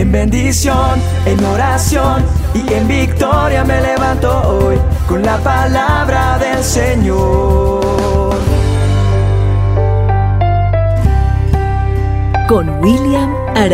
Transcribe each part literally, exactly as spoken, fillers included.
En bendición, en oración y en victoria me levanto hoy con la palabra del Señor. Con William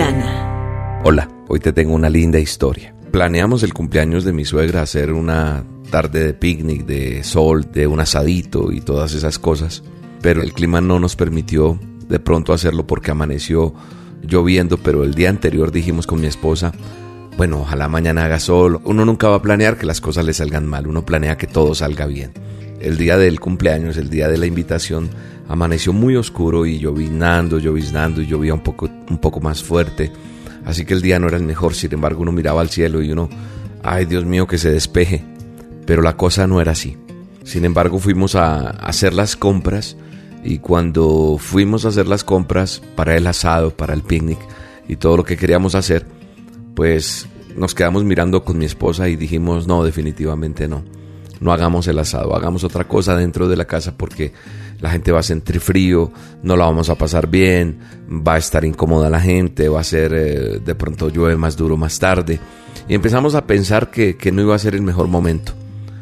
Arana. Hola, hoy te tengo una linda historia. Planeamos el cumpleaños de mi suegra, hacer una tarde de picnic, de sol, de un asadito y todas esas cosas, pero el clima no nos permitió de pronto hacerlo porque amaneció lloviendo, pero el día anterior dijimos con mi esposa, bueno, ojalá mañana haga sol. Uno nunca va a planear que las cosas le salgan mal, uno planea que todo salga bien. El día del cumpleaños, el día de la invitación, amaneció muy oscuro y lloviznando, lloviznando y llovía un poco, un poco más fuerte, así que el día no era el mejor. Sin embargo, uno miraba al cielo y uno, ay Dios mío, que se despeje, pero la cosa no era así. Sin embargo, fuimos a hacer las compras. Y cuando fuimos a hacer las compras para el asado, para el picnic y todo lo que queríamos hacer, pues nos quedamos mirando con mi esposa y dijimos, no, definitivamente no, no hagamos el asado, hagamos otra cosa dentro de la casa porque la gente va a sentir frío, no la vamos a pasar bien, va a estar incómoda la gente, va a ser, eh, de pronto llueve más duro más tarde. Y empezamos a pensar que, que no iba a ser el mejor momento.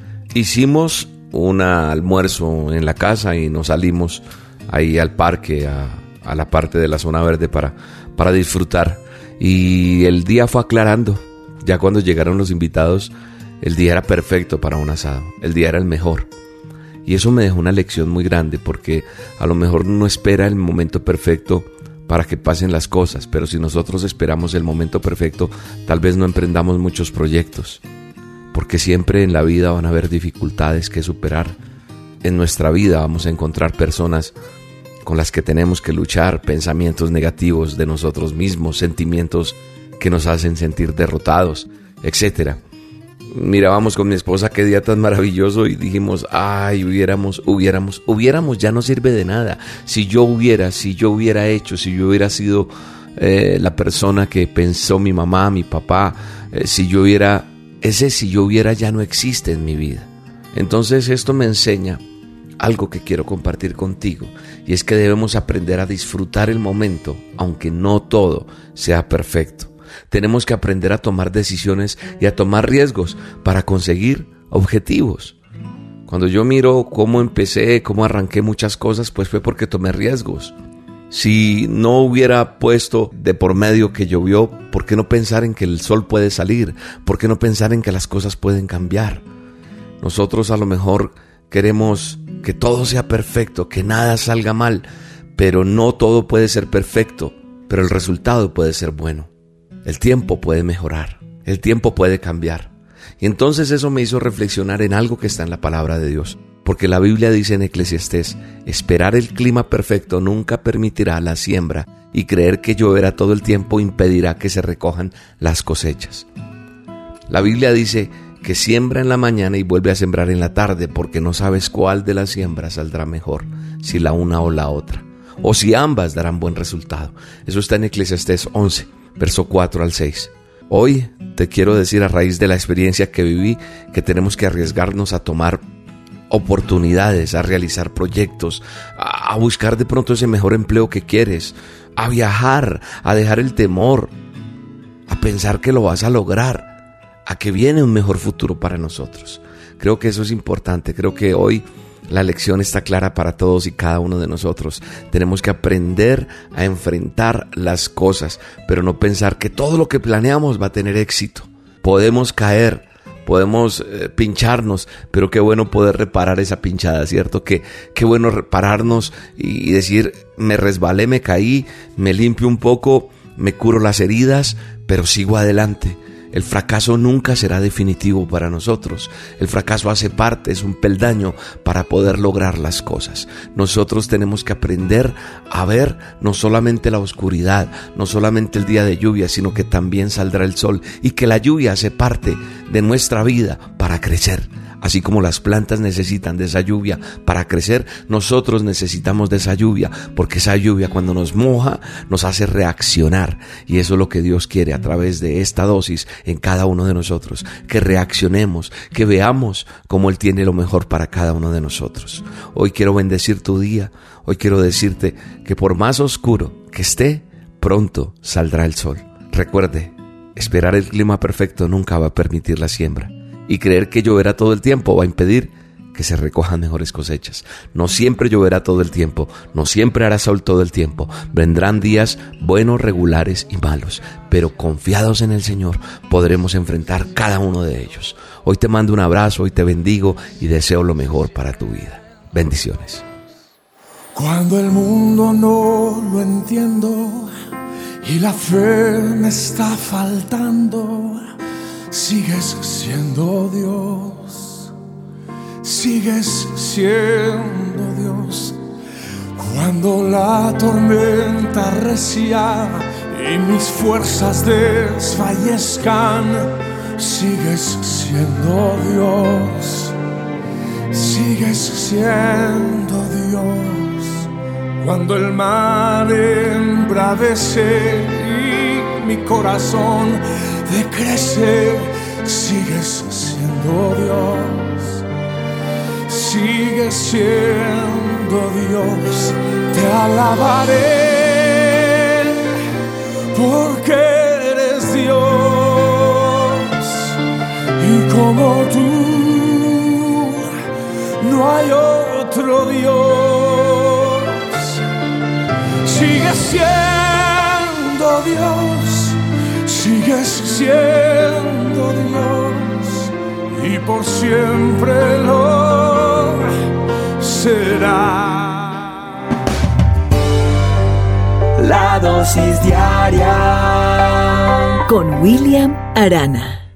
Hicimos un almuerzo en la casa y nos salimos ahí al parque, a, a la parte de la zona verde para, para disfrutar. Y el día fue aclarando. Ya cuando llegaron los invitados, el día era perfecto para un asado, el día era el mejor. Y eso me dejó una lección muy grande, porque a lo mejor no espera el momento perfecto para que pasen las cosas, pero si nosotros esperamos el momento perfecto, tal vez no emprendamos muchos proyectos. Porque siempre en la vida van a haber dificultades que superar. En nuestra vida vamos a encontrar personas con las que tenemos que luchar, pensamientos negativos de nosotros mismos, sentimientos que nos hacen sentir derrotados, etcétera. Mirábamos con mi esposa qué día tan maravilloso y dijimos, ay, hubiéramos, hubiéramos, hubiéramos ya no sirve de nada. Si yo hubiera, si yo hubiera hecho, si yo hubiera sido eh, la persona que pensó mi mamá, mi papá, eh, si yo hubiera... Ese si yo hubiera ya no existe en mi vida. Entonces esto me enseña algo que quiero compartir contigo, y es que debemos aprender a disfrutar el momento, aunque no todo sea perfecto. Tenemos que aprender a tomar decisiones y a tomar riesgos para conseguir objetivos. Cuando yo miro cómo empecé, cómo arranqué muchas cosas, pues fue porque tomé riesgos. Si no hubiera puesto de por medio que llovió, ¿por qué no pensar en que el sol puede salir? ¿Por qué no pensar en que las cosas pueden cambiar? Nosotros a lo mejor queremos que todo sea perfecto, que nada salga mal, pero no todo puede ser perfecto, pero el resultado puede ser bueno. El tiempo puede mejorar, el tiempo puede cambiar. Y entonces eso me hizo reflexionar en algo que está en la palabra de Dios. Porque la Biblia dice en Eclesiastés, esperar el clima perfecto nunca permitirá la siembra, y creer que lloverá todo el tiempo impedirá que se recojan las cosechas. La Biblia dice que siembra en la mañana y vuelve a sembrar en la tarde, porque no sabes cuál de las siembras saldrá mejor, si la una o la otra, o si ambas darán buen resultado. Eso está en Eclesiastés once, verso cuatro al seis. Hoy te quiero decir, a raíz de la experiencia que viví, que tenemos que arriesgarnos a tomar oportunidades, a realizar proyectos, a buscar de pronto ese mejor empleo que quieres, a viajar, a dejar el temor, a pensar que lo vas a lograr, a que viene un mejor futuro para nosotros. Creo que eso es importante. Creo que hoy la lección está clara para todos y cada uno de nosotros. Tenemos que aprender a enfrentar las cosas, pero no pensar que todo lo que planeamos va a tener éxito. Podemos caer, podemos eh, pincharnos, pero qué bueno poder reparar esa pinchada, ¿cierto? Que qué bueno repararnos y, y decir, me resbalé, me caí, me limpio un poco, me curo las heridas, pero sigo adelante. El fracaso nunca será definitivo para nosotros. El fracaso hace parte, es un peldaño para poder lograr las cosas. Nosotros tenemos que aprender a ver no solamente la oscuridad, no solamente el día de lluvia, sino que también saldrá el sol, y que la lluvia hace parte de nuestra vida para crecer. Así como las plantas necesitan de esa lluvia para crecer, nosotros necesitamos de esa lluvia, porque esa lluvia cuando nos moja nos hace reaccionar, y eso es lo que Dios quiere a través de esta dosis en cada uno de nosotros, que reaccionemos, que veamos cómo Él tiene lo mejor para cada uno de nosotros. Hoy quiero bendecir tu día, hoy quiero decirte que por más oscuro que esté, pronto saldrá el sol. Recuerde, Esperar el clima perfecto nunca va a permitir la siembra. Y creer que lloverá todo el tiempo va a impedir que se recojan mejores cosechas. No siempre lloverá todo el tiempo, no siempre hará sol todo el tiempo. Vendrán días buenos, regulares y malos, pero confiados en el Señor podremos enfrentar cada uno de ellos. Hoy te mando un abrazo, hoy te bendigo y deseo lo mejor para tu vida. Bendiciones. Cuando el mundo no lo entiendo y la fe me está faltando, sigues siendo Dios, sigues siendo Dios. Cuando la tormenta arrecia y mis fuerzas desfallezcan, sigues siendo Dios, sigues siendo Dios. Cuando el mar embravece y mi corazón decrece, sigues siendo Dios, sigues siendo Dios. Te alabaré porque eres Dios y como tú no hay otro Dios. Sigues siendo Dios, sigues siendo Dios y por siempre lo será. La dosis diaria con William Arana.